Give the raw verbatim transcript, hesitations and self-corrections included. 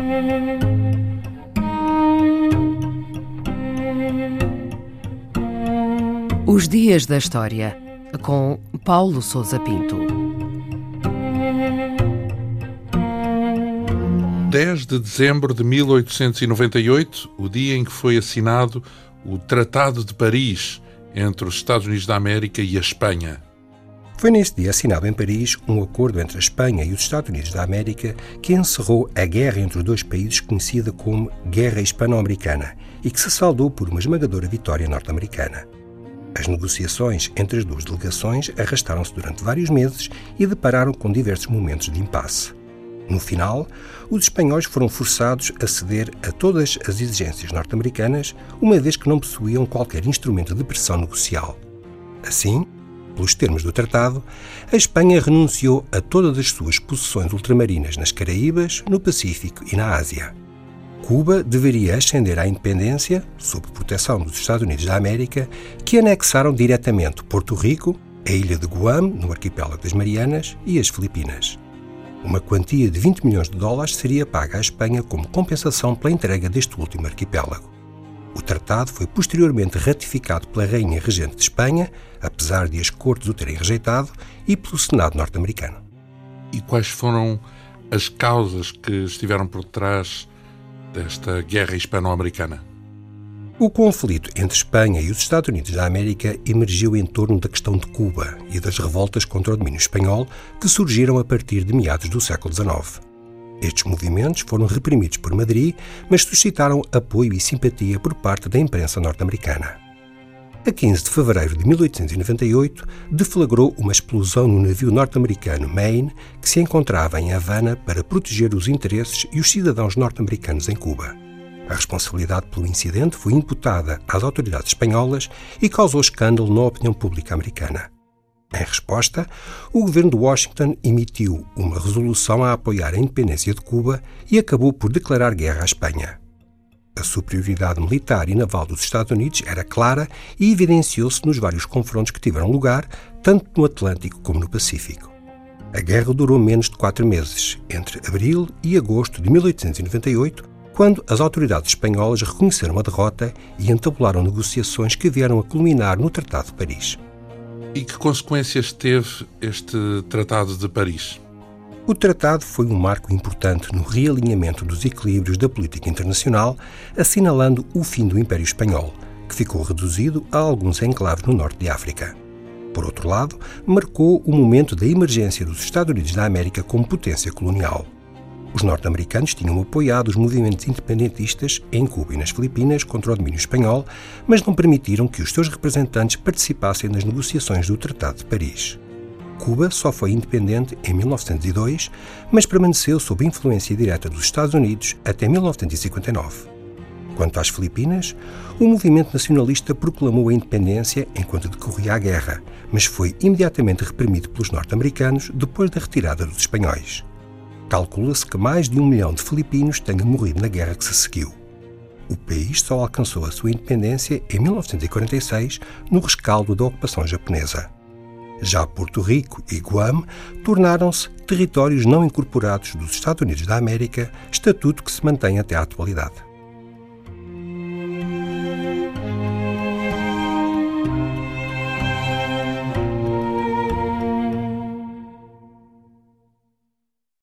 Os Dias da História, com Paulo Sousa Pinto. dez de dezembro de mil oitocentos e noventa e oito, o dia em que foi assinado o Tratado de Paris entre os Estados Unidos da América e a Espanha. Foi nesse dia assinado em Paris um acordo entre a Espanha e os Estados Unidos da América que encerrou a guerra entre os dois países conhecida como Guerra Hispano-Americana e que se saldou por uma esmagadora vitória norte-americana. As negociações entre as duas delegações arrastaram-se durante vários meses e depararam com diversos momentos de impasse. No final, os espanhóis foram forçados a ceder a todas as exigências norte-americanas, uma vez que não possuíam qualquer instrumento de pressão negocial. Assim, pelos termos do tratado, a Espanha renunciou a todas as suas possessões ultramarinas nas Caraíbas, no Pacífico e na Ásia. Cuba deveria ascender à independência, sob proteção dos Estados Unidos da América, que anexaram diretamente Porto Rico, a ilha de Guam, no arquipélago das Marianas, e as Filipinas. Uma quantia de vinte milhões de dólares seria paga à Espanha como compensação pela entrega deste último arquipélago. O tratado foi posteriormente ratificado pela Rainha Regente de Espanha, apesar de as Cortes o terem rejeitado, e pelo Senado norte-americano. E quais foram as causas que estiveram por trás desta guerra hispano-americana? O conflito entre Espanha e os Estados Unidos da América emergiu em torno da questão de Cuba e das revoltas contra o domínio espanhol que surgiram a partir de meados do século dezenove. Estes movimentos foram reprimidos por Madrid, mas suscitaram apoio e simpatia por parte da imprensa norte-americana. A quinze de fevereiro de mil oitocentos e noventa e oito, deflagrou uma explosão no navio norte-americano Maine, que se encontrava em Havana para proteger os interesses e os cidadãos norte-americanos em Cuba. A responsabilidade pelo incidente foi imputada às autoridades espanholas e causou escândalo na opinião pública americana. Em resposta, o governo de Washington emitiu uma resolução a apoiar a independência de Cuba e acabou por declarar guerra à Espanha. A superioridade militar e naval dos Estados Unidos era clara e evidenciou-se nos vários confrontos que tiveram lugar, tanto no Atlântico como no Pacífico. A guerra durou menos de quatro meses, entre abril e agosto de mil oitocentos e noventa e oito, quando as autoridades espanholas reconheceram a derrota e entabularam negociações que vieram a culminar no Tratado de Paris. E que consequências teve este Tratado de Paris? O tratado foi um marco importante no realinhamento dos equilíbrios da política internacional, assinalando o fim do Império Espanhol, que ficou reduzido a alguns enclaves no norte de África. Por outro lado, marcou o momento da emergência dos Estados Unidos da América como potência colonial. Os norte-americanos tinham apoiado os movimentos independentistas em Cuba e nas Filipinas contra o domínio espanhol, mas não permitiram que os seus representantes participassem nas negociações do Tratado de Paris. Cuba só foi independente em mil novecentos e dois, mas permaneceu sob influência direta dos Estados Unidos até mil novecentos e cinquenta e nove. Quanto às Filipinas, o movimento nacionalista proclamou a independência enquanto decorria a guerra, mas foi imediatamente reprimido pelos norte-americanos depois da retirada dos espanhóis. Calcula-se que mais de um milhão de filipinos tenham morrido na guerra que se seguiu. O país só alcançou a sua independência em mil novecentos e quarenta e seis, no rescaldo da ocupação japonesa. Já Porto Rico e Guam tornaram-se territórios não incorporados dos Estados Unidos da América, estatuto que se mantém até à atualidade.